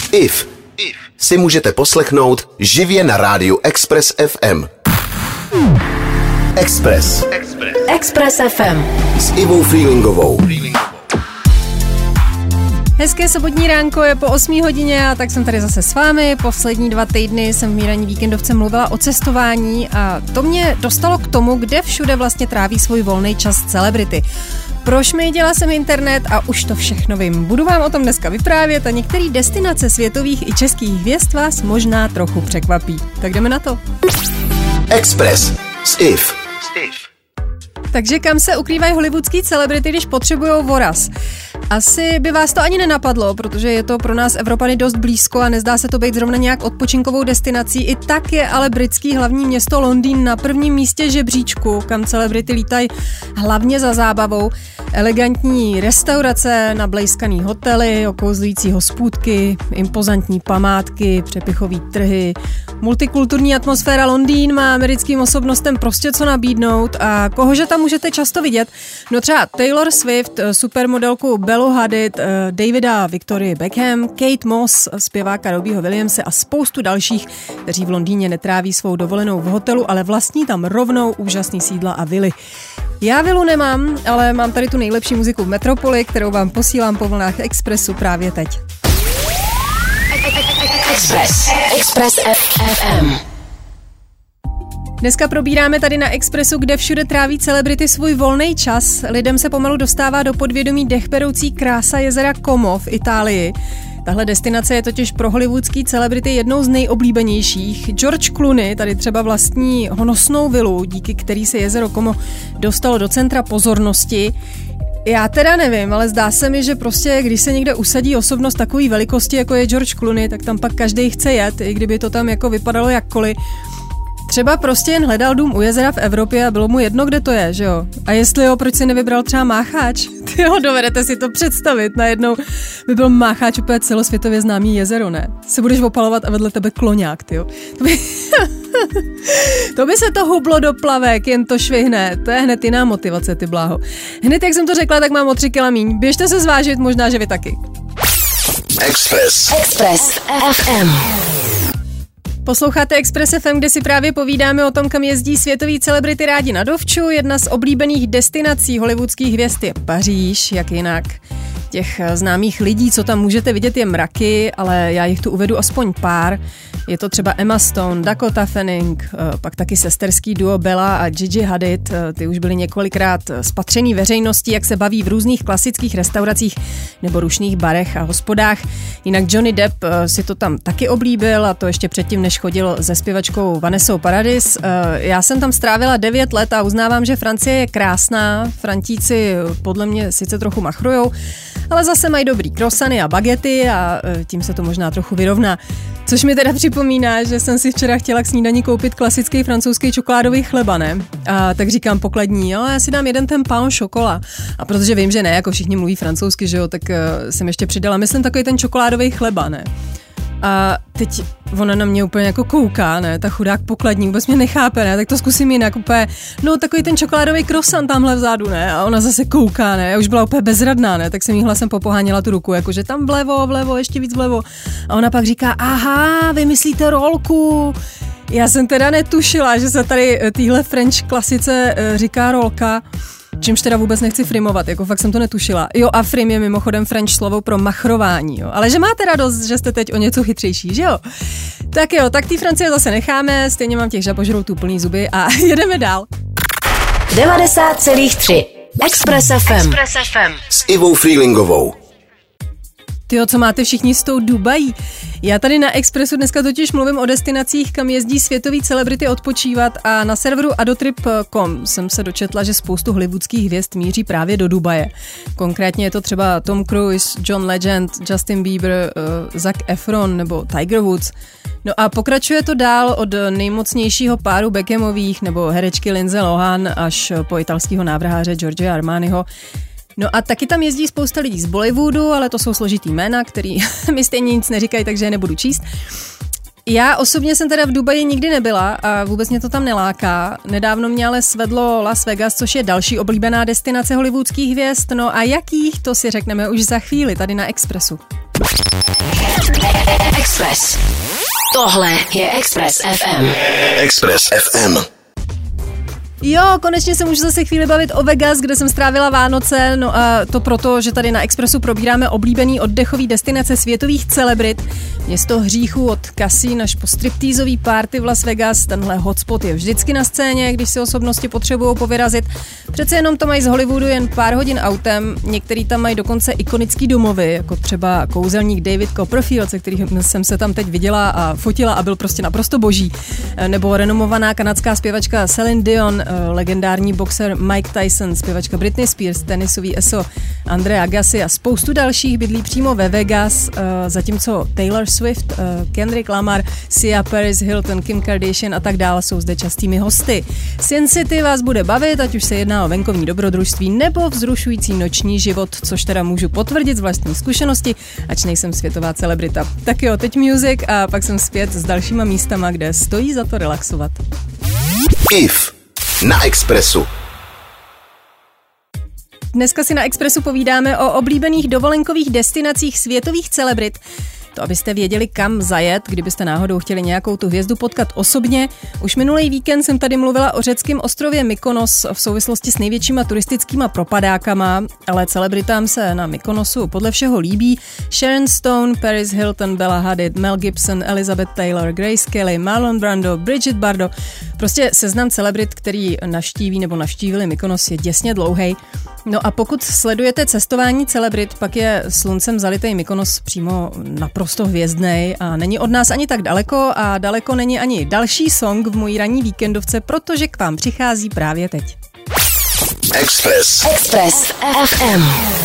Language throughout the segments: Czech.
IF si můžete poslechnout živě na rádiu Express FM. Express FM s Ivou Freelingovou. Hezké sobotní ránko, je po 8 hodině a tak jsem tady zase s vámi. Poslední 2 týdny jsem v Míraní víkendovce mluvila o cestování a to mě dostalo k tomu, kde všude vlastně tráví svůj volný čas celebrity. Prošmejděla jsem internet a už to všechno vím. Budu vám o tom dneska vyprávět a některé destinace světových i českých hvězd vás možná trochu překvapí. Tak jdeme na to. Express s IF. Takže kam se ukrývají hollywoodský celebrity, když potřebujou voraz? Asi by vás to ani nenapadlo, protože je to pro nás Evropany dost blízko a nezdá se to být zrovna nějak odpočinkovou destinací. I tak je ale britský hlavní město Londýn na prvním místě žebříčku, kam celebrity lítají hlavně za zábavou. Elegantní restaurace, nablejskaný hotely, okouzlující hospůdky, impozantní památky, přepichový trhy. Multikulturní atmosféra Londýn má americkým osobnostem prostě co nabídnout a kohože tam můžete často vidět? No třeba Taylor Swift, supermodelku Bellu Hadid, Davida Victoria Beckham, Kate Moss, zpěváka Robbieho Williamse a spoustu dalších, kteří v Londýně netráví svou dovolenou v hotelu, ale vlastní tam rovnou úžasný sídla a vily. Já vilu nemám, ale mám tady tu nejlepší muziku v Metropoli, kterou vám posílám po vlnách Expressu právě teď. Express FM. Dneska probíráme tady na Expressu, kde všude tráví celebrity svůj volný čas. Lidem se pomalu dostává do podvědomí dechberoucí krása jezera Como v Itálii. Tahle destinace je totiž pro hollywoodský celebrity jednou z nejoblíbenějších. George Clooney tady třeba vlastní honosnou vilu, díky který se jezero Como dostalo do centra pozornosti. Já teda nevím, ale zdá se mi, že prostě, když se někde usadí osobnost takové velikosti, jako je George Clooney, tak tam pak každý chce jet, i kdyby to tam jako vypadalo jakkoliv. Třeba prostě jen hledal dům u jezera v Evropě a bylo mu jedno, kde to je, že jo? A jestli jo, proč si nevybral třeba Mácháč? Tyjo, dovedete si to představit, najednou by byl Mácháč úplně celosvětově známý jezero, ne? Se budeš opalovat a vedle tebe kloňák, tyjo. To by se to hublo do plavek, jen to švihne. To je hned jiná motivace, ty bláho. Hned jak jsem to řekla, tak mám o 3 kila míň. Běžte se zvážit, možná, že vy taky. Express FM. Posloucháte Express FM, kde si právě povídáme o tom, kam jezdí světoví celebrity rádi na dovču. Jedna z oblíbených destinací hollywoodských hvězd je Paříž, jak jinak. Těch známých lidí, co tam můžete vidět, je mraky, ale já jich tu uvedu aspoň pár. Je to třeba Emma Stone, Dakota Fanning, pak taky sesterský duo Bella a Gigi Hadid. Ty už byly několikrát spatřený veřejností, jak se baví v různých klasických restauracích nebo rušných barech a hospodách. Jinak Johnny Depp si to tam taky oblíbil a to ještě předtím, než chodil se zpěvačkou Vanessou Paradis. Já jsem tam strávila 9 let a uznávám, že Francie je krásná. Frantíci podle mě sice trochu machrujou, ale zase mají dobrý krosany a bagety a tím se to možná trochu vyrovná. Což mi teda připomíná, že jsem si včera chtěla k snídani koupit klasický francouzský čokoládový chleba, ne? A tak říkám pokladní, jo, já si dám jeden ten pain chocolat. A protože vím, že ne, jako všichni mluví francouzsky, že jo, tak jsem ještě přidala, myslím, takový ten čokoládový chleba, ne? A teď ona na mě úplně jako kouká, ne, ta chudák pokladní, vůbec mě nechápe, ne, tak to zkusím jinak úplně, no takový ten čokoládový croissant tamhle vzadu, ne, a ona zase kouká, ne, já už byla úplně bezradná, ne, tak jsem jí hlasem popoháněla tu ruku, jakože tam vlevo, ještě víc vlevo. A ona pak říká, aha, vy myslíte rolku. Já jsem teda netušila, že se tady téhle French klasice říká rolka. Čímž teda vůbec nechci frimovat, jako fakt jsem to netušila. Jo, a frim je mimochodem French slovo pro machrování, jo. Ale že máte radost, že jste teď o něco chytřejší, že jo? Tak jo, tak ty Francie zase necháme, stejně mám těch žabožroutů plný zuby a jedeme dál. 90,3 Express FM s Ivou Freelingovou. Tyjo, co máte všichni s tou Dubají? Já tady na Expressu dneska totiž mluvím o destinacích, kam jezdí světoví celebrity odpočívat a na serveru adotrip.com jsem se dočetla, že spoustu hollywoodských hvězd míří právě do Dubaje. Konkrétně je to třeba Tom Cruise, John Legend, Justin Bieber, Zac Efron nebo Tiger Woods. No a pokračuje to dál od nejmocnějšího páru Beckhamových nebo herečky Lindsay Lohan až po italského návrháře Giorgio Armaniho. No a taky tam jezdí spousta lidí z Bollywoodu, ale to jsou složitý jména, který mi stejně nic neříkají, takže je nebudu číst. Já osobně jsem teda v Dubaji nikdy nebyla a vůbec mě to tam neláká. Nedávno mě ale svedlo Las Vegas, což je další oblíbená destinace hollywoodských hvězd. No a jakých, to si řekneme už za chvíli tady na Expressu. Express. Tohle je Express FM. Express FM. Jo, konečně se můžu zase chvíli bavit o Vegas, kde jsem strávila Vánoce, no a to proto, že tady na Expressu probíráme oblíbený oddechový destinace světových celebrit. Město hříchů od kasín až po striptýzový party v Las Vegas, tenhle hotspot je vždycky na scéně, když si osobnosti potřebují povyrazit. Přece jenom to mají z Hollywoodu jen pár hodin autem, některý tam mají dokonce ikonický domovy, jako třeba kouzelník David Copperfield, se kterým jsem se tam teď viděla a fotila a byl prostě naprosto boží. Nebo renomovaná kanadská zpěvačka Celine Dion, legendární boxer Mike Tyson, zpěvačka Britney Spears, tenisový eso Andre Agassi a spoustu dalších bydlí přímo ve Vegas, zatímco Taylor Swift, Kendrick Lamar, Sia, Paris Hilton, Kim Kardashian a tak dále jsou zde častými hosty. Sin City vás bude bavit, ať už se jedná o venkovní dobrodružství nebo vzrušující noční život, což teda můžu potvrdit z vlastní zkušenosti, ač nejsem světová celebrita. Tak jo, teď music a pak jsem zpět s dalšíma místama, kde stojí za to relaxovat. IF na Expressu. Dneska si na Expressu povídáme o oblíbených dovolenkových destinacích světových celebrit. To, abyste věděli, kam zajet, kdybyste náhodou chtěli nějakou tu hvězdu potkat osobně. Už minulý víkend jsem tady mluvila o řeckém ostrově Mykonos v souvislosti s největšíma turistickýma propadákama, ale celebritám se na Mykonosu podle všeho líbí. Sharon Stone, Paris Hilton, Bella Hadid, Mel Gibson, Elizabeth Taylor, Grace Kelly, Marlon Brando, Bridget Bardot. Prostě seznam celebrit, který navštíví nebo navštívili Mykonos, je děsně dlouhej. No a pokud sledujete cestování celebrit, pak je sluncem zalitej Mykonos přímo naprosto hvězdnej a není od nás ani tak daleko a daleko není ani další song v mojí ranní víkendovce, protože k vám přichází právě teď. Express FM.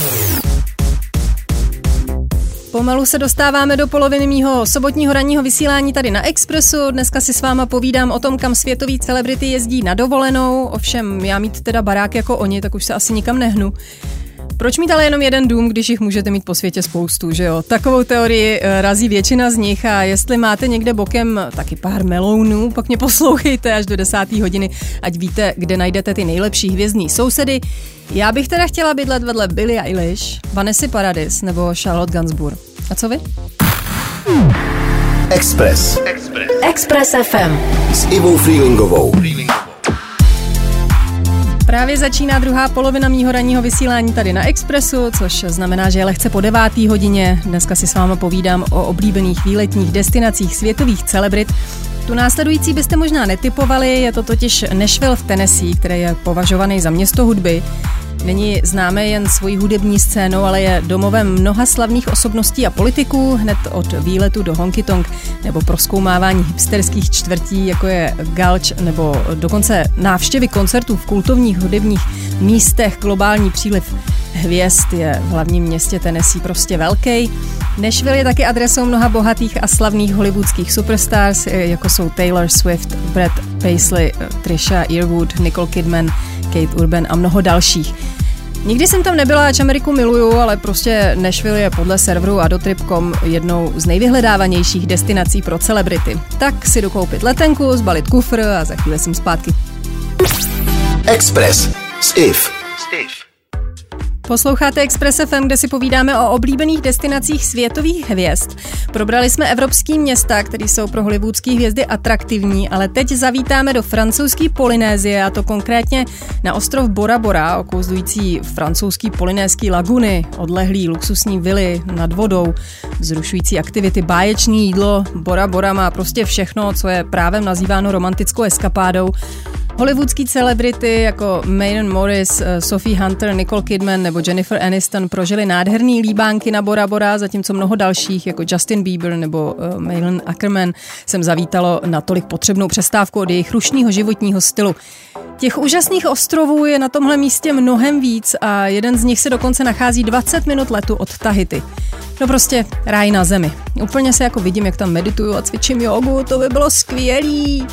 Pomalu se dostáváme do poloviny mýho sobotního ranního vysílání tady na Expressu. Dneska si s váma povídám o tom, kam světoví celebrity jezdí na dovolenou. Ovšem, já mít teda barák jako oni, tak už se asi nikam nehnu. Proč mít ale jenom jeden dům, když jich můžete mít po světě spoustu, že jo? Takovou teorii razí většina z nich a jestli máte někde bokem taky pár melounů, pak mě poslouchejte až do 10. hodiny, ať víte, kde najdete ty nejlepší hvězdní sousedy. Já bych teda chtěla bydlet vedle Billie Eilish, Vanessy Paradis nebo Charlotte Gainsbourg. A co vy? Express FM. s Ivou Freelingovou. Právě začíná druhá polovina mýho ranního vysílání tady na Expressu, což znamená, že je lehce po 9. hodině. Dneska si s váma povídám o oblíbených výletních destinacích světových celebrit. Tu následující byste možná netipovali, je to totiž Nashville v Tennessee, který je považovaný za město hudby. Není známé jen svojí hudební scénou, ale je domovem mnoha slavných osobností a politiků, hned od výletu do honky tonk nebo prozkoumávání hipsterských čtvrtí, jako je Gulch, nebo dokonce návštěvy koncertů v kultovních hudebních místech. Globální příliv hvězd je v hlavním městě Tennessee prostě velký. Nashville je taky adresou mnoha bohatých a slavných hollywoodských superstars, jako jsou Taylor Swift, Brad Paisley, Trisha Yearwood, Nicole Kidman, Kate Urban a mnoho dalších. Nikdy jsem tam nebyla, ač Ameriku miluju, ale prostě Nashville je podle serveru Adotrip.com jednou z nejvyhledávanějších destinací pro celebrity. Tak si jdu koupit letenku, zbalit kufr a za chvíli jsem zpátky. Express s Iv. Posloucháte Express FM, kde si povídáme o oblíbených destinacích světových hvězd. Probrali jsme evropský města, které jsou pro hollywoodské hvězdy atraktivní, ale teď zavítáme do francouzské Polynésie, a to konkrétně na ostrov Bora Bora, okouzlující francouzský polynéský laguny, odlehlý luxusní vily nad vodou, vzrušující aktivity, báječný jídlo. Bora Bora má prostě všechno, co je právem nazýváno romantickou eskapádou. Hollywoodský celebrity jako Maidan Morris, Sophie Hunter, Nicole Kidman nebo Jennifer Aniston prožili nádherný líbánky na Bora Bora, zatímco mnoho dalších jako Justin Bieber nebo Malin Ackerman sem zavítalo na tolik potřebnou přestávku od jejich rušního životního stylu. Těch úžasných ostrovů je na tomhle místě mnohem víc a jeden z nich se dokonce nachází 20 minut letu od Tahiti. No prostě ráj na zemi. Úplně se jako vidím, jak tam medituju a cvičím jogu, to by bylo skvělý.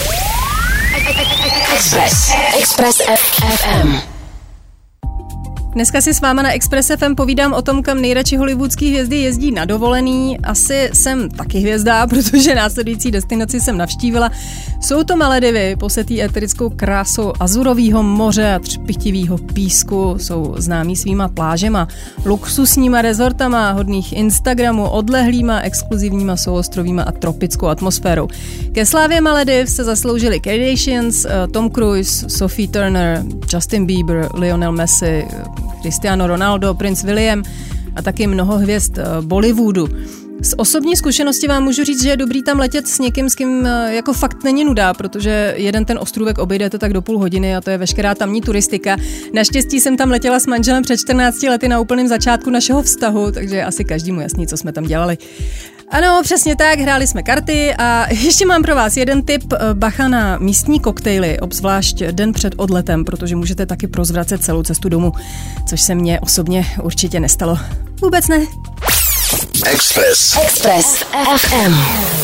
Express FM. Dneska si s váma na Express FM povídám o tom, kam nejradši hollywoodský hvězdy jezdí na dovolený. Asi jsem taky hvězda, protože následující destinaci jsem navštívila. Jsou to Maledivy, posetý eterickou krásou azurového moře a třpitivého písku. Jsou známí svýma plážema, luxusníma rezortama, hodných Instagramu, odlehlýma, exkluzivníma souostrovýma a tropickou atmosférou. Ke slávě Malediv se zasloužili Kardashians, Tom Cruise, Sophie Turner, Justin Bieber, Lionel Messi, Cristiano Ronaldo, Prince William a taky mnoho hvězd Bollywoodu. Z osobní zkušenosti vám můžu říct, že je dobrý tam letět s někým, s kým jako fakt není nuda, protože jeden ten ostrůvek obejdete tak do půl hodiny a to je veškerá tamní turistika. Naštěstí jsem tam letěla s manželem před 14 lety na úplném začátku našeho vztahu, takže asi každému jasný, co jsme tam dělali. Ano, přesně tak, hráli jsme karty a ještě mám pro vás jeden tip, bacha na místní koktejly, obzvlášť den před odletem, protože můžete taky prozvracet celou cestu domů, což se mně osobně určitě nestalo. Vůbec ne. Express FM.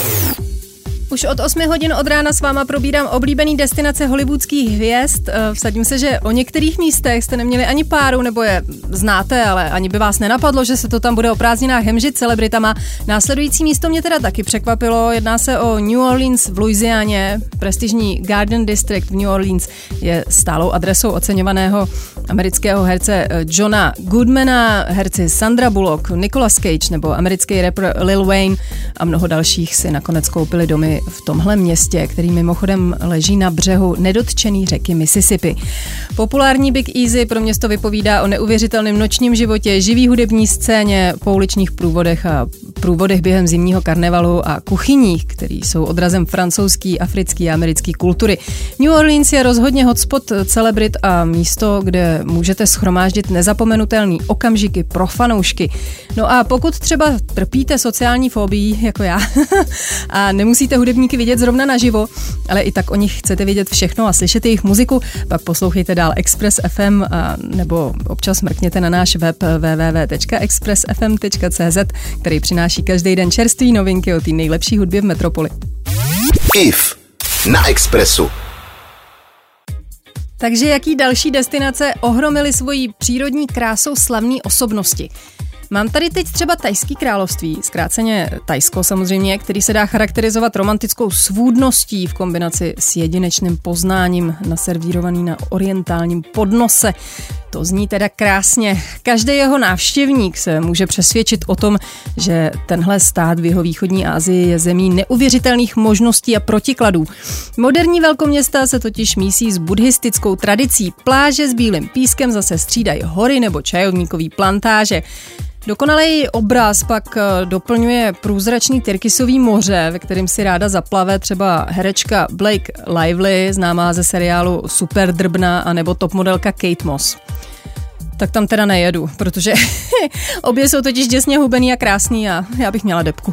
Už od 8 hodin od rána s váma probírám oblíbený destinace hollywoodských hvězd. Vsadím se, že o některých místech jste neměli ani páru, nebo je znáte, ale ani by vás nenapadlo, že se to tam bude o prázdninách hemžit celebritama. Následující místo mě teda taky překvapilo. Jedná se o New Orleans v Louisianě. Prestižní Garden District v New Orleans je stálou adresou oceňovaného amerického herce Johna Goodmana, herci Sandra Bullock, Nicolas Cage nebo americký rapper Lil Wayne a mnoho dalších si nakonec koupili domy v tomhle městě, který mimochodem leží na břehu nedotčený řeky Mississippi. Populární Big Easy pro město vypovídá o neuvěřitelném nočním životě, živý hudební scéně, pouličních průvodech a průvodech během zimního karnevalu a kuchyních, který jsou odrazem francouzský, africký a americký kultury. New Orleans je rozhodně hotspot celebrit a místo, kde můžete shromáždit nezapomenutelný okamžiky pro fanoušky. No a pokud třeba trpíte sociální fobii, jako já, a nemusíte hudebníky vidět zrovna naživo, ale i tak o nich chcete vědět všechno a slyšet jejich muziku, pak poslouchejte dál Express FM a nebo občas mrkněte na náš web www.expressfm.cz, který přináší každý den čerstvé novinky o té nejlepší hudbě v metropoli. IF na Expressu. Takže jaký další destinace ohromily svojí přírodní krásou slavné osobnosti? Mám tady teď třeba Thajský království, zkráceně Thajsko samozřejmě, který se dá charakterizovat romantickou svůdností v kombinaci s jedinečným poznáním naservírovaný na orientálním podnose. To zní teda krásně. Každý jeho návštěvník se může přesvědčit o tom, že tenhle stát v jihovýchodní Asii je zemí neuvěřitelných možností a protikladů. Moderní velkoměsta se totiž mísí s buddhistickou tradicí. Pláže s bílým pískem zase střídají hory nebo čajovníkový plantáže. Dokonalý obraz pak doplňuje průzračný tyrkysový moře, ve kterém si ráda zaplave třeba herečka Blake Lively, známá ze seriálu Superdrbna, anebo topmodelka Kate Moss. Tak tam teda nejedu, protože obě jsou totiž děsně hubený a krásný a já bych měla depku.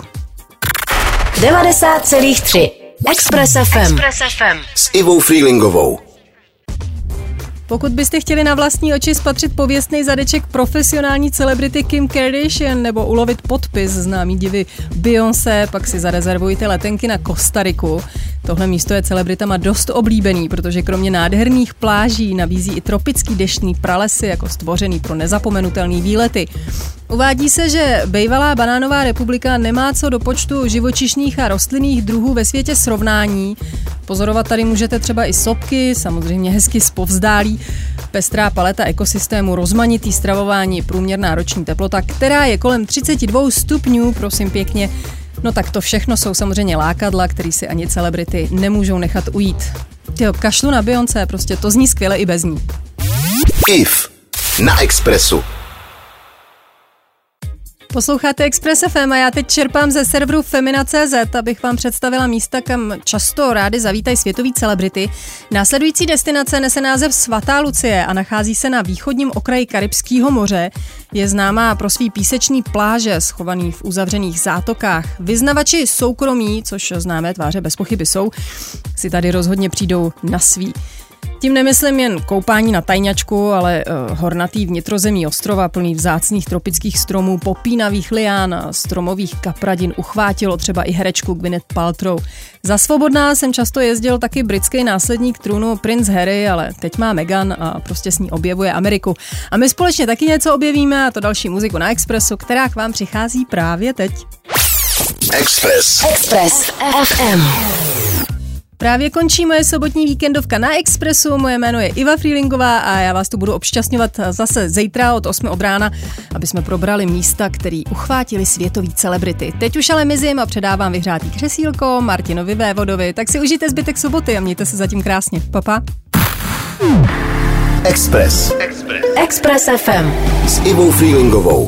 90,3 Express FM. S Ivou Freelingovou. Pokud byste chtěli na vlastní oči spatřit pověstný zadeček profesionální celebrity Kim Kardashian nebo ulovit podpis známý divy Beyoncé, pak si zarezervujte letenky na Kostariku. Tohle místo je celebritama dost oblíbený, protože kromě nádherných pláží nabízí i tropický deštný pralesy jako stvořený pro nezapomenutelný výlety. Uvádí se, že bývalá banánová republika nemá co do počtu živočišných a rostlinných druhů ve světě srovnání. Pozorovat tady můžete třeba i sopky, samozřejmě hezky zpovzdálí, pestrá paleta ekosystému, rozmanitý stravování, průměrná roční teplota, která je kolem 32 stupňů, prosím pěkně. No tak to všechno jsou samozřejmě lákadla, který si ani celebrity nemůžou nechat ujít. Tyjo, kašlu na Beyoncé, prostě to zní skvěle i bez ní. IF na Expressu. Posloucháte Express FM a já teď čerpám ze serveru Femina.cz, abych vám představila místa, kam často rády zavítají světový celebrity. Následující destinace nese název Svatá Lucie a nachází se na východním okraji Karibského moře. Je známá pro svý písečný pláže, schovaný v uzavřených zátokách. Vyznavači soukromí, což známé tváře bez pochyby jsou, si tady rozhodně přijdou na svý. Tím nemyslím jen koupání na tajňačku, ale hornatý vnitrozemí ostrova plný vzácných tropických stromů, popínavých lián a stromových kapradin uchvátilo třeba i herečku Gwyneth Paltrow. Za svobodná jsem často jezdil taky britský následník trůnu princ Harry, ale teď má Meghan a prostě s ní objevuje Ameriku. A my společně taky něco objevíme, a to další muziku na Expressu, která k vám přichází právě teď. Express FM. Právě končí moje sobotní víkendovka na Expressu, moje jméno je Iva Frýlingová a já vás tu budu obšťastňovat zase zítra od 8 od rána, aby jsme probrali místa, který uchvátili světový celebrity. Teď už ale mizím a předávám vyhřátý křesílko Martinovi Vévodovi, tak si užijte zbytek soboty a mějte se zatím krásně. Papa. Express FM. S Ivou Frýlingovou.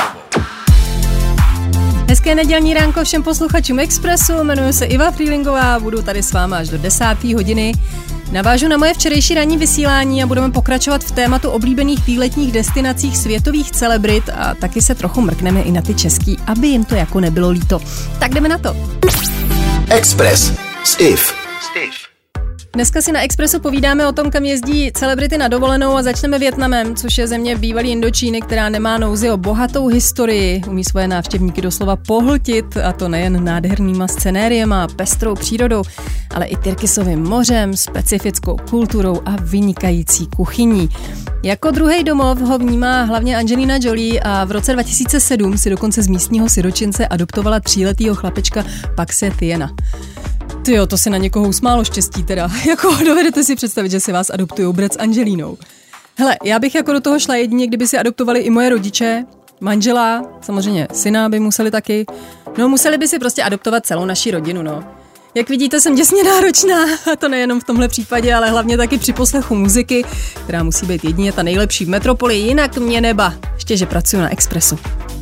Hezké nedělní ránko všem posluchačům Expressu, jmenuji se Iva Frýlingová, budu tady s váma až do 10. hodiny. Navážu na moje včerejší ranní vysílání a budeme pokračovat v tématu oblíbených výletních destinacích světových celebrit a taky se trochu mrkneme i na ty český, aby jim to jako nebylo líto. Tak jdeme na to. Express s Iv. Dneska si na Expressu povídáme o tom, kam jezdí celebrity na dovolenou a začneme Vietnamem, což je země bývalý Indočíny, která nemá nouzi o bohatou historii, umí svoje návštěvníky doslova pohltit, a to nejen nádhernýma scenériema, pestrou přírodou, ale i Tyrkisovým mořem, specifickou kulturou a vynikající kuchyní. Jako druhý domov ho vnímá hlavně Angelina Jolie a v roce 2007 si dokonce z místního siročince adoptovala 3letýho chlapečka Paxe Thiena. Tyjo, to si na někoho usmálo štěstí teda. Jako dovedete si představit, že si vás adoptujou brat s Angelínou. Hele, já bych jako do toho šla jedině, kdyby si adoptovali i moje rodiče, manžela, samozřejmě syna by museli taky. No, museli by si prostě adoptovat celou naši rodinu, no. Jak vidíte, jsem děsně náročná, a to nejenom v tomhle případě, ale hlavně taky při poslechu muziky, která musí být jedině ta nejlepší v metropoli, jinak mě neba. Ještě, že pracuji na Expressu.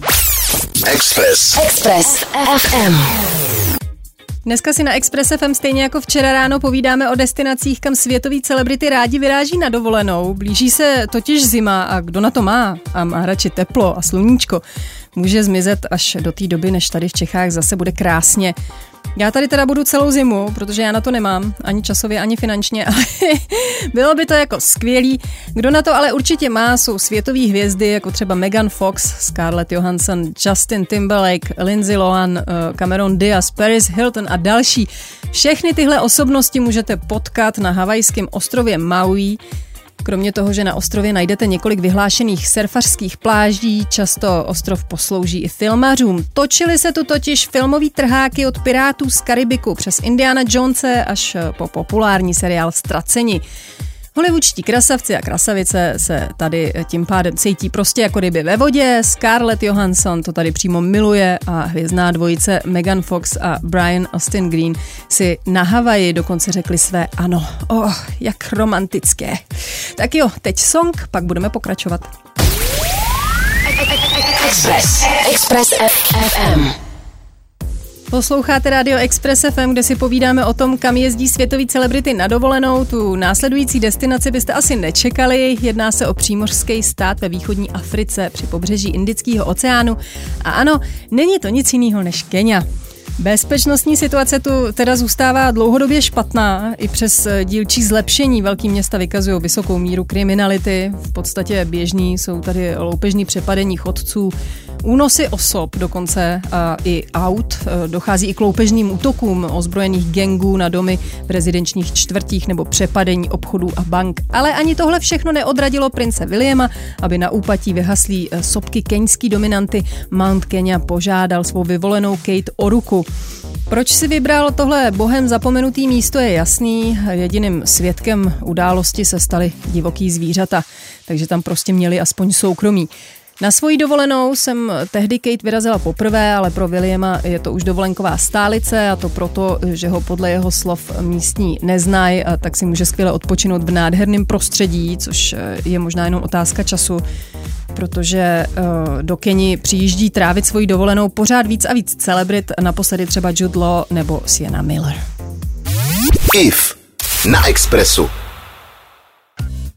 Express FM. Dneska si na Express FM stejně jako včera ráno povídáme o destinacích, kam světoví celebrity rádi vyráží na dovolenou. Blíží se totiž zima a kdo na to má a má radši teplo a sluníčko, může zmizet až do té doby, než tady v Čechách zase bude krásně. Já tady teda budu celou zimu, protože já na to nemám, ani časově, ani finančně, ale bylo by to jako skvělý. Kdo na to ale určitě má, jsou světové hvězdy, jako třeba Megan Fox, Scarlett Johansson, Justin Timberlake, Lindsay Lohan, Cameron Diaz, Paris Hilton a další. Všechny tyhle osobnosti můžete potkat na havajském ostrově Maui. Kromě toho, že na ostrově najdete několik vyhlášených surfařských pláží, často ostrov poslouží i filmařům. Točily se tu totiž filmový trháky od Pirátů z Karibiku přes Indiana Jonese až po populární seriál Ztraceni. Hollywoodští krasavci a krasavice se tady tím pádem cítí prostě jako ryby ve vodě. Scarlett Johansson to tady přímo miluje a hvězdná dvojice Megan Fox a Brian Austin Green si na Havaji dokonce řekli své ano. Jak romantické. Tak jo, teď song, pak budeme pokračovat. Express FM. Posloucháte Radio Express FM, kde si povídáme o tom, kam jezdí světoví celebrity na dovolenou. Tu následující destinaci byste asi nečekali. Jedná se o přímořský stát ve východní Africe při pobřeží Indického oceánu. A ano, není to nic jiného než Kenya. Bezpečnostní situace tu teda zůstává dlouhodobě špatná. I přes dílčí zlepšení velký města vykazují vysokou míru kriminality. V podstatě běžný jsou tady loupežný přepadení chodců, únosy osob dokonce a i aut. Dochází i k loupežným útokům ozbrojených gangů na domy v rezidenčních čtvrtích nebo přepadení obchodů a bank. Ale ani tohle všechno neodradilo prince Williama, aby na úpatí vyhaslý sopky keňský dominanty Mount Kenya požádal svou vyvolenou Kate o ruku. Proč si vybral tohle bohem zapomenutý místo je jasný. Jediným svědkem události se staly divoký zvířata, takže tam prostě měli aspoň soukromí. Na svoji dovolenou jsem tehdy Kate vyrazila poprvé, ale pro Williama je to už dovolenková stálice, a to proto, že ho podle jeho slov místní neznají, a tak si může skvěle odpočinout v nádherném prostředí, což je možná jenom otázka času, protože do Keni přijíždí trávit svoji dovolenou pořád víc a víc celebrit, naposledy třeba Jude Law nebo Sienna Miller. IF na Expressu.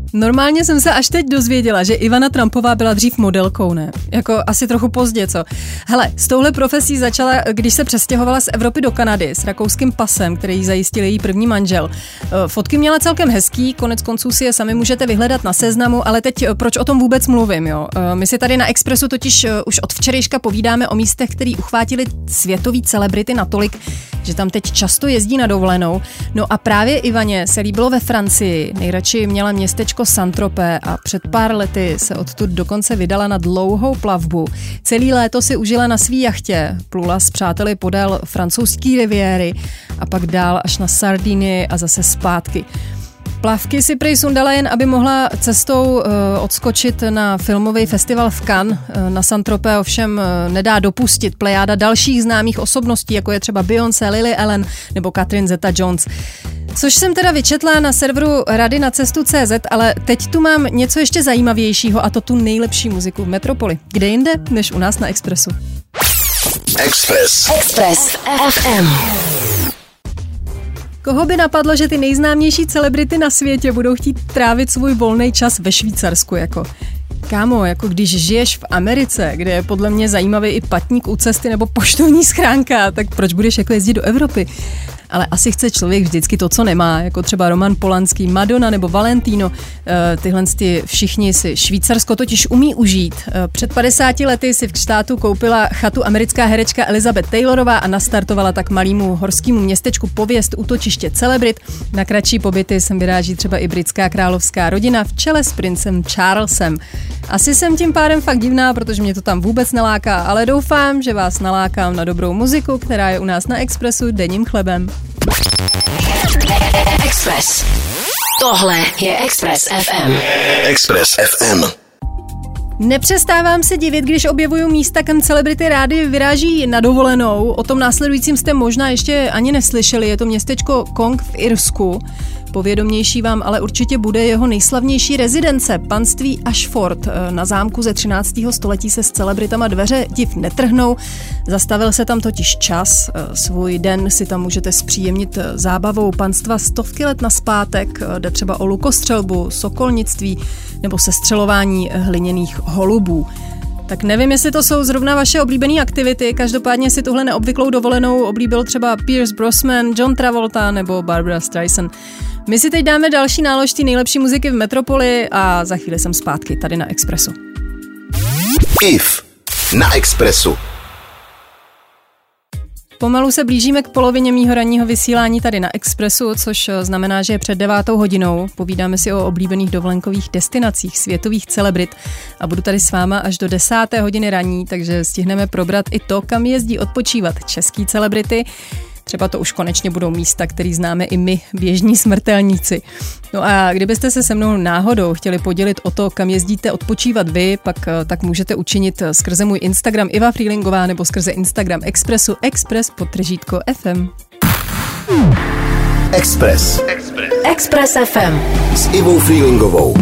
Normálně jsem se až teď dozvěděla, že Ivana Trumpová byla dřív modelkou, ne? Jako asi trochu pozdě, co? Hele, s touhle profesí začala, když se přestěhovala z Evropy do Kanady s rakouským pasem, který jí zajistil její první manžel. Fotky měla celkem hezký, konec konců si je sami můžete vyhledat na Seznamu, ale teď proč o tom vůbec mluvím, jo? My si tady na Expressu totiž už od včerejška povídáme o místech, který uchvátili světový celebrity natolik, že tam teď často jezdí na dovolenou. No a právě Ivaně se líbilo ve Francii. Nejradši měla městečko Saint-Tropez a před pár lety se odtud dokonce vydala na dlouhou plavbu. Celý léto si užila na svý jachtě, plula s přáteli podél francouzský riviéry a pak dál až na Sardinii a zase zpátky. Plavky si prej sundala jen, aby mohla cestou odskočit na filmový festival v Cannes. Na Saint-Tropez ovšem nedá dopustit plejáda dalších známých osobností, jako je třeba Beyoncé, Lily Allen nebo Catherine Zeta-Jones. Což jsem teda vyčetla na serveru Rady na cestu.cz, ale teď tu mám něco ještě zajímavějšího, a to tu nejlepší muziku v metropoli. Kde jinde, než u nás na Expressu. Express FM. Koho by napadlo, že ty nejznámější celebrity na světě budou chtít trávit svůj volný čas ve Švýcarsku, jako... Kámo, jako když žiješ v Americe, kde je podle mě zajímavý i patník u cesty nebo poštovní schránka, tak proč budeš jako jezdit do Evropy? Ale asi chce člověk vždycky to, co nemá, jako třeba Roman Polanský, Madonna nebo Valentino. Tyhle všichni si Švýcarsko totiž umí užít. Před 50 lety si v štátu koupila chatu americká herečka Elizabeth Taylorová a nastartovala tak malému horskému městečku pověst útočiště celebrit. Na kratší pobyty sem vyráží třeba i britská královská rodina v čele s princem Charlesem. Asi jsem tím pádem fakt divná, protože mě to tam vůbec neláká, ale doufám, že vás nalákám na dobrou muziku, která je u nás na Expressu denním chlebem. Express. Tohle je Express FM. Express FM. Nepřestávám se divit, když objevuju místa, kam celebrity rády vyráží na dovolenou. O tom následujícím jste možná ještě ani neslyšeli. Je to městečko Cong v Irsku. Povědomější vám ale určitě bude jeho nejslavnější rezidence, panství Ashford. Na zámku ze 13. století se s celebritama dveře div netrhnou. Zastavil se tam totiž čas. Svůj den si tam můžete zpříjemnit zábavou panstva stovky let nazpátek. Jde třeba o lukostřelbu, sokolnictví nebo sestřelování hliněných holubů. Tak nevím, jestli to jsou zrovna vaše oblíbené aktivity, každopádně si tuhle neobvyklou dovolenou oblíbil třeba Pierce Brosnan, John Travolta nebo Barbara Streisand. My si teď dáme další nálož té nejlepší muziky v metropoli a za chvíli jsem zpátky tady na Expressu. IF na Expressu. Pomalu se blížíme k polovině mýho ranního vysílání tady na Expressu, což znamená, že je před 9. hodinou. Povídáme si o oblíbených dovolenkových destinacích světových celebrit a budu tady s váma až do 10. hodiny raní, takže stihneme probrat i to, kam jezdí odpočívat český celebrity. Třeba to už konečně budou místa, který známe i my, běžní smrtelníci. No a kdybyste se se mnou náhodou chtěli podělit o to, kam jezdíte odpočívat vy, pak tak můžete učinit skrze můj Instagram Iva Frýlingová nebo skrze Instagram Expressu Express_FM. Express FM. S Ivou Frýlingovou.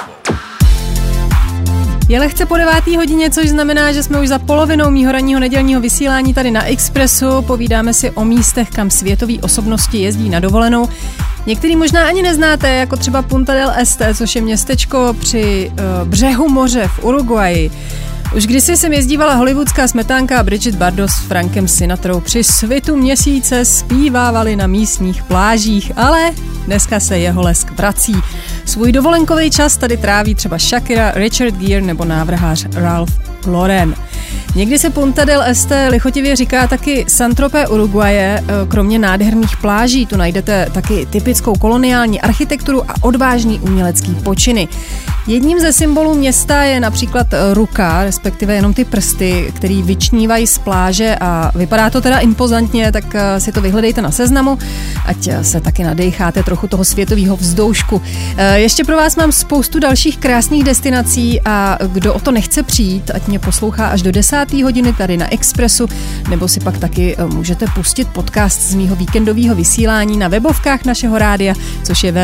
Je lehce po 9. hodině, což znamená, že jsme už za polovinou mýho ranního nedělního vysílání tady na Expressu. Povídáme si o místech, kam světový osobnosti jezdí na dovolenou. Některý možná ani neznáte, jako třeba Punta del Este, což je městečko při břehu moře v Uruguayi. Už kdysi jsem jezdívala hollywoodská smetánka a Bridget Bardot s Frankem Sinatrou při svitu měsíce zpívávali na místních plážích, ale dneska se jeho lesk vrací. Svůj dovolenkový čas tady tráví třeba Shakira, Richard Gere nebo návrhář Ralph Lauren. Někdy se Punta del Este lichotivě říká taky Saint-Tropez Uruguaye. Kromě nádherných pláží tu najdete taky typickou koloniální architekturu a odvážný umělecký počiny. Jedním ze symbolů města je například ruka, respektive jenom ty prsty, který vyčnívají z pláže a vypadá to teda impozantně, tak si to vyhledejte na Seznamu, ať se taky nadecháte trochu toho světového vzdoušku. Ještě pro vás mám spoustu dalších krásných destinací a kdo o to nechce přijít, ať mě poslouchá až do 10. hodiny tady na Expressu, nebo si pak taky můžete pustit podcast z mýho víkendového vysílání na webovkách našeho rádia, což je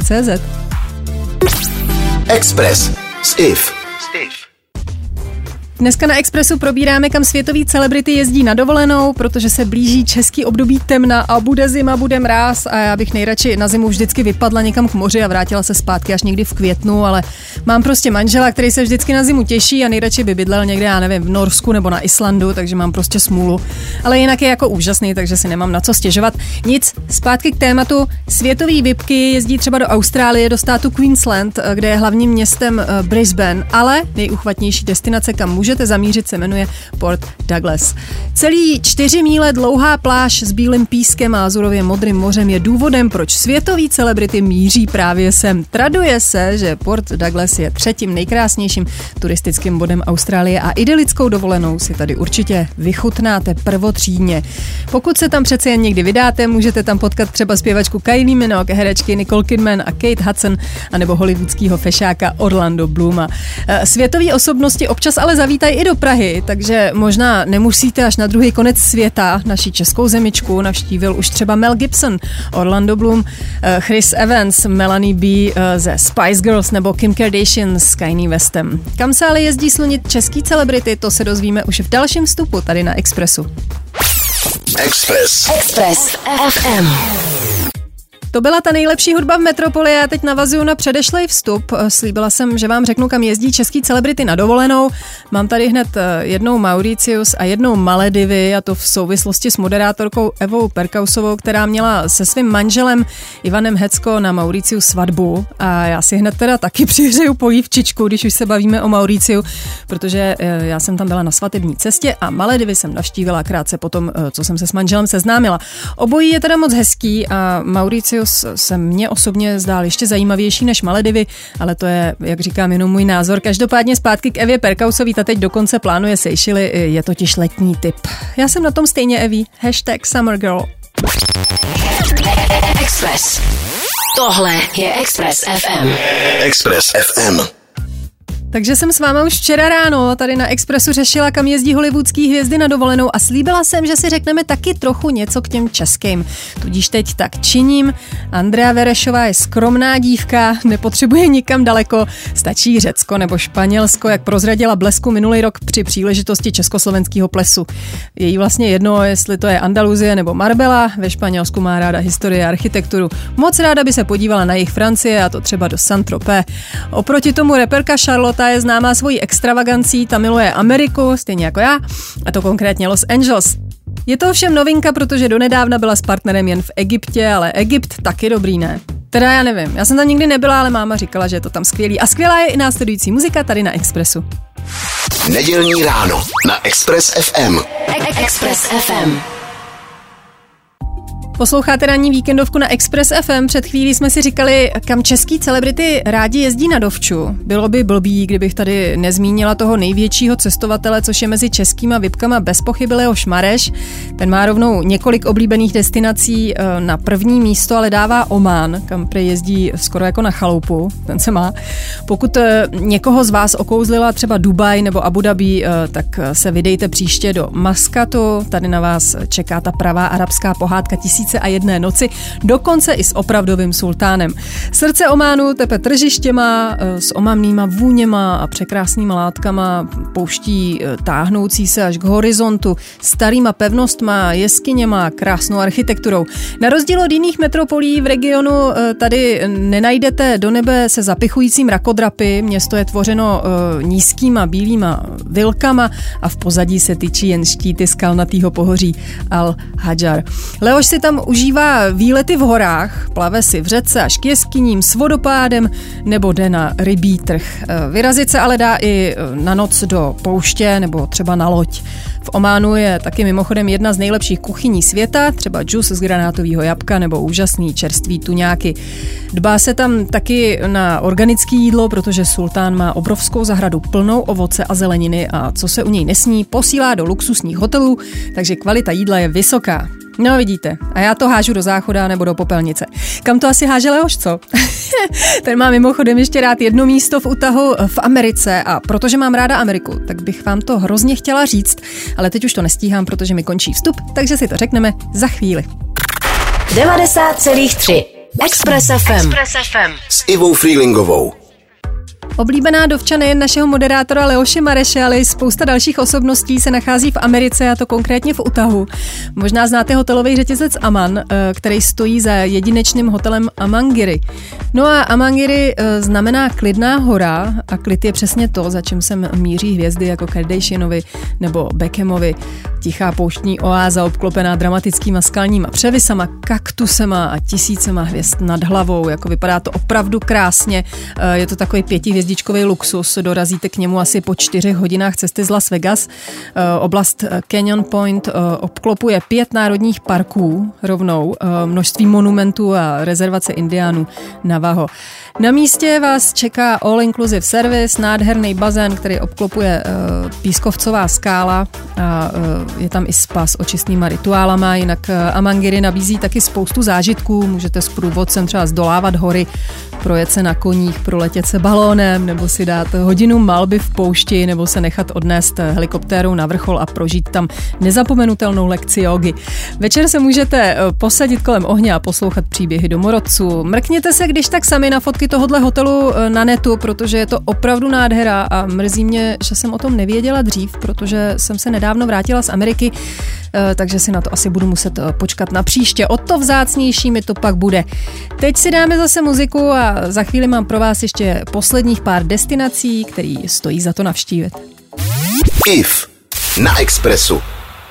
www.expressfm.cz. Express s IF. Dneska na Expressu probíráme, kam světoví celebrity jezdí na dovolenou, protože se blíží český období temna a bude zima, bude mráz a já bych nejradši na zimu vždycky vypadla někam k moři a vrátila se zpátky až někdy v květnu, ale mám prostě manžela, který se vždycky na zimu těší a nejradši by bydlel někde, já nevím, v Norsku nebo na Islandu, takže mám prostě smůlu. Ale jinak je jako úžasný, takže si nemám na co stěžovat. Nic, zpátky k tématu. Světový VIPky jezdí třeba do Austrálie, do státu Queensland, kde je hlavním městem Brisbane, ale nejuchvatnější destinace, kam můžete zamířit, se jmenuje Port Douglas. Celý 4 míle dlouhá pláž s bílým pískem a azurově modrým mořem je důvodem, proč světoví celebrity míří právě sem. Traduje se, že Port Douglas je 3. nejkrásnějším turistickým bodem Austrálie a idylickou dovolenou si tady určitě vychutnáte prvotřídně. Pokud se tam přece jen někdy vydáte, můžete tam potkat třeba zpěvačku Kylie Minogue, herečky Nicole Kidman a Kate Hudson, anebo hollywoodskýho fešáka Orlando Blooma. Světoví osobnosti občas ale zavítají i do Prahy, takže možná nemusíte až na druhý konec světa. Naši českou zemičku navštívil už třeba Mel Gibson, Orlando Bloom, Chris Evans, Melanie B ze Spice Girls nebo Kim Kardashian s Kanye Westem. Kam se ale jezdí slunit český celebrity, to se dozvíme už v dalším vstupu tady na Expressu. Express FM. To byla ta nejlepší hudba v metropoli a teď navazuju na předešlej vstup. Slíbila jsem, že vám řeknu, kam jezdí český celebrity na dovolenou. Mám tady hned jednou Mauritius a jednou Maledivy, a to v souvislosti s moderátorkou Evou Perkausovou, která měla se svým manželem Ivanem Hecko na Mauritiu svatbu. A já si hned teda taky přihřeju polívčičku, když už se bavíme o Mauriciu, protože já jsem tam byla na svatební cestě a Maledivy jsem navštívila krátce potom, co jsem se s manželem seznámila. Obojí je teda moc hezký a Mauritius se mně osobně zdál ještě zajímavější než Maledivy, ale to je, jak říkám, jenom můj názor. Každopádně zpátky k Evě Perkausový, ta teď dokonce plánuje Seychely, je totiž letní typ. Já jsem na tom stejně, Eví. #SummerGirl. Express. Tohle je Express FM. Express FM. Takže jsem s váma už včera ráno tady na Expressu řešila, kam jezdí hollywoodský hvězdy na dovolenou a slíbila jsem, že si řekneme taky trochu něco k těm českým. Tudíž teď tak činím. Andrea Verešová je skromná dívka, nepotřebuje nikam daleko, stačí Řecko nebo Španělsko, jak prozradila Blesku minulý rok při příležitosti československého plesu. Je jí vlastně jedno, jestli to je Andaluzie nebo Marbella, ve Španělsku má ráda historii a architekturu. Moc ráda by se podívala na jih Francie, a to třeba do Saint-Tropez. Oproti tomu reperka Charlotte je známá svojí extravagancí, ta miluje Ameriku, stejně jako já, a to konkrétně Los Angeles. Je to ovšem novinka, protože donedávna byla s partnerem jen v Egyptě, ale Egypt taky dobrý, ne? Teda já nevím, já jsem tam nikdy nebyla, ale máma říkala, že je to tam skvělý. A skvělá je i následující muzika tady na Expressu. Nedělní ráno na Express FM. Express FM. Posloucháte ranní víkendovku na Express FM. Před chvílí jsme si říkali, kam český celebrity rádi jezdí na dovču. Bylo by blbý, kdybych tady nezmínila toho největšího cestovatele, což je mezi českýma VIPkama bez pochyby Leoš Mareš. Ten má rovnou několik oblíbených destinací, na první místo ale dává Omán, kam prý jezdí skoro jako na chaloupu, ten se má. Pokud někoho z vás okouzlila třeba Dubaj nebo Abu Dhabi, tak se vydejte příště do Maskatu. Tady na vás čeká ta pravá arabská pohádka 1001 noci, dokonce i s opravdovým sultánem. Srdce Ománu tepe tržištěma, s omamnýma vůněma a překrásnýma látkama, pouští táhnoucí se až k horizontu, starýma pevnostma, jeskyněma, krásnou architekturou. Na rozdíl od jiných metropolí v regionu tady nenajdete do nebe se zapichujícím rakodrapy, město je tvořeno nízkýma bílýma vilkama a v pozadí se tyčí jen štíty skalnatýho pohoří Al-Hajar. Leoš si tam užívá výlety v horách, plave si v řece až k jeskyním s vodopádem nebo jde na rybí trh. Vyrazit se ale dá i na noc do pouště nebo třeba na loď. V Ománu je taky mimochodem jedna z nejlepších kuchyní světa, třeba džus z granátového jabka nebo úžasný čerstvý tuňáky. Dbá se tam taky na organické jídlo, protože sultán má obrovskou zahradu plnou ovoce a zeleniny a co se u něj nesní, posílá do luxusních hotelů, takže kvalita jídla je vysoká. No vidíte, a já to hážu do záchoda nebo do popelnice. Kam to asi háže Leoš, co? Ten má mimochodem ještě rád jedno místo v útahu v Americe a protože mám ráda Ameriku, tak bych vám to hrozně chtěla říct, ale teď už to nestíhám, protože mi končí vstup, takže si to řekneme za chvíli. 90,3 Express FM. S Ivou Freelingovou. Oblíbená dovča nejen našeho moderátora Leoše Mareše, ale i spousta dalších osobností se nachází v Americe, a to konkrétně v Utahu. Možná znáte hotelový řetězec Aman, který stojí za jedinečným hotelem Amangiri. No a Amangiri znamená klidná hora a klid je přesně to, za čím sem míří hvězdy jako Kardashianovi nebo Beckhamovi. Tichá pouštní oáza obklopená dramatickýma skalníma převisama, kaktusema a tisícema hvězd nad hlavou. Jako vypadá to opravdu krásně. Je to takový 5hvězdičkový luxus. Dorazíte k němu asi po 4 hodinách cesty z Las Vegas. Oblast Canyon Point obklopuje 5 národních parků rovnou, množství monumentů a rezervace indiánů Navajo. Na místě vás čeká all-inclusive service, nádherný bazén, který obklopuje pískovcová skála a je tam i spa s očistnýma rituálama, jinak Amangiri nabízí taky spoustu zážitků, můžete s průvodcem třeba zdolávat hory, projet se na koních, proletět se balónem, nebo si dát hodinu malby v poušti, nebo se nechat odnést helikoptérou na vrchol a prožít tam nezapomenutelnou lekci jógy. Večer se můžete posadit kolem ohně a poslouchat příběhy domorodců. Mrkněte se když tak sami na fotky tohohle hotelu na netu, protože je to opravdu nádhera a mrzí mě, že jsem o tom nevěděla dřív, protože jsem se nedávno vrátila z Ameriky, takže si na to asi budu muset počkat na příště. O to vzácnější mi to pak bude. Teď si dáme zase muziku a za chvíli mám pro vás ještě posledních pár destinací, který stojí za to navštívit. IF na Expressu.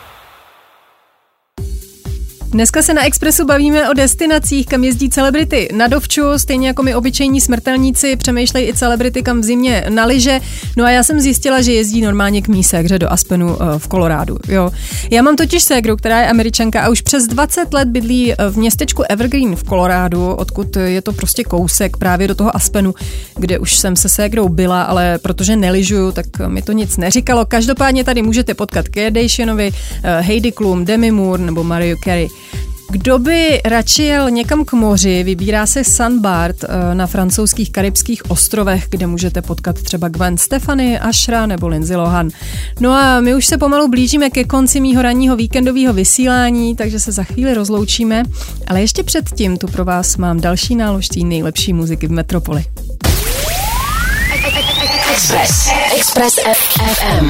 Dneska se na Expressu bavíme o destinacích, kam jezdí celebrity na dovču, stejně jako my obyčejní smrtelníci přemýšlejí i celebrity, kam v zimě na lyže. No a já jsem zjistila, že jezdí normálně k mý ségře do Aspenu v Kolorádu. Jo. Já mám totiž ségru, která je Američanka a už přes 20 let bydlí v městečku Evergreen v Kolorádu, odkud je to prostě kousek právě do toho Aspenu, kde už jsem se ségrou byla, ale protože nelyžuju, tak mi to nic neříkalo. Každopádně tady můžete potkat Kardashianovi, Heidi Klum, Demi Moore nebo Mariah Carey. Kdo by radši jel někam k moři, vybírá se St. Barth na francouzských karibských ostrovech, kde můžete potkat třeba Gwen Stefani, Ashra nebo Lindsay Lohan. No a my už se pomalu blížíme ke konci mýho ranního víkendového vysílání, takže se za chvíli rozloučíme, ale ještě předtím tu pro vás mám další náložtí nejlepší muziky v metropoli. Express FM.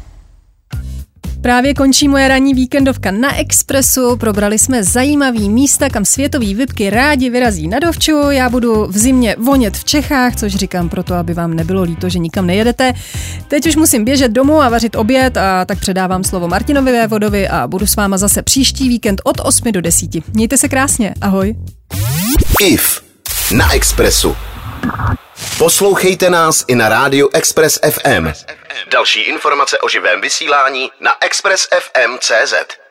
Právě končí moje ranní víkendovka na Expressu. Probrali jsme zajímavý místa, kam světový vipky rádi vyrazí na dovču. Já budu v zimě vonět v Čechách, což říkám proto, aby vám nebylo líto, že nikam nejedete. Teď už musím běžet domů a vařit oběd, a tak předávám slovo Martinovi Vévodovi a budu s váma zase příští víkend od 8 do 10. Mějte se krásně, ahoj. IF na Expressu. Poslouchejte nás i na rádiu Express FM. Další informace o živém vysílání na expressfm.cz.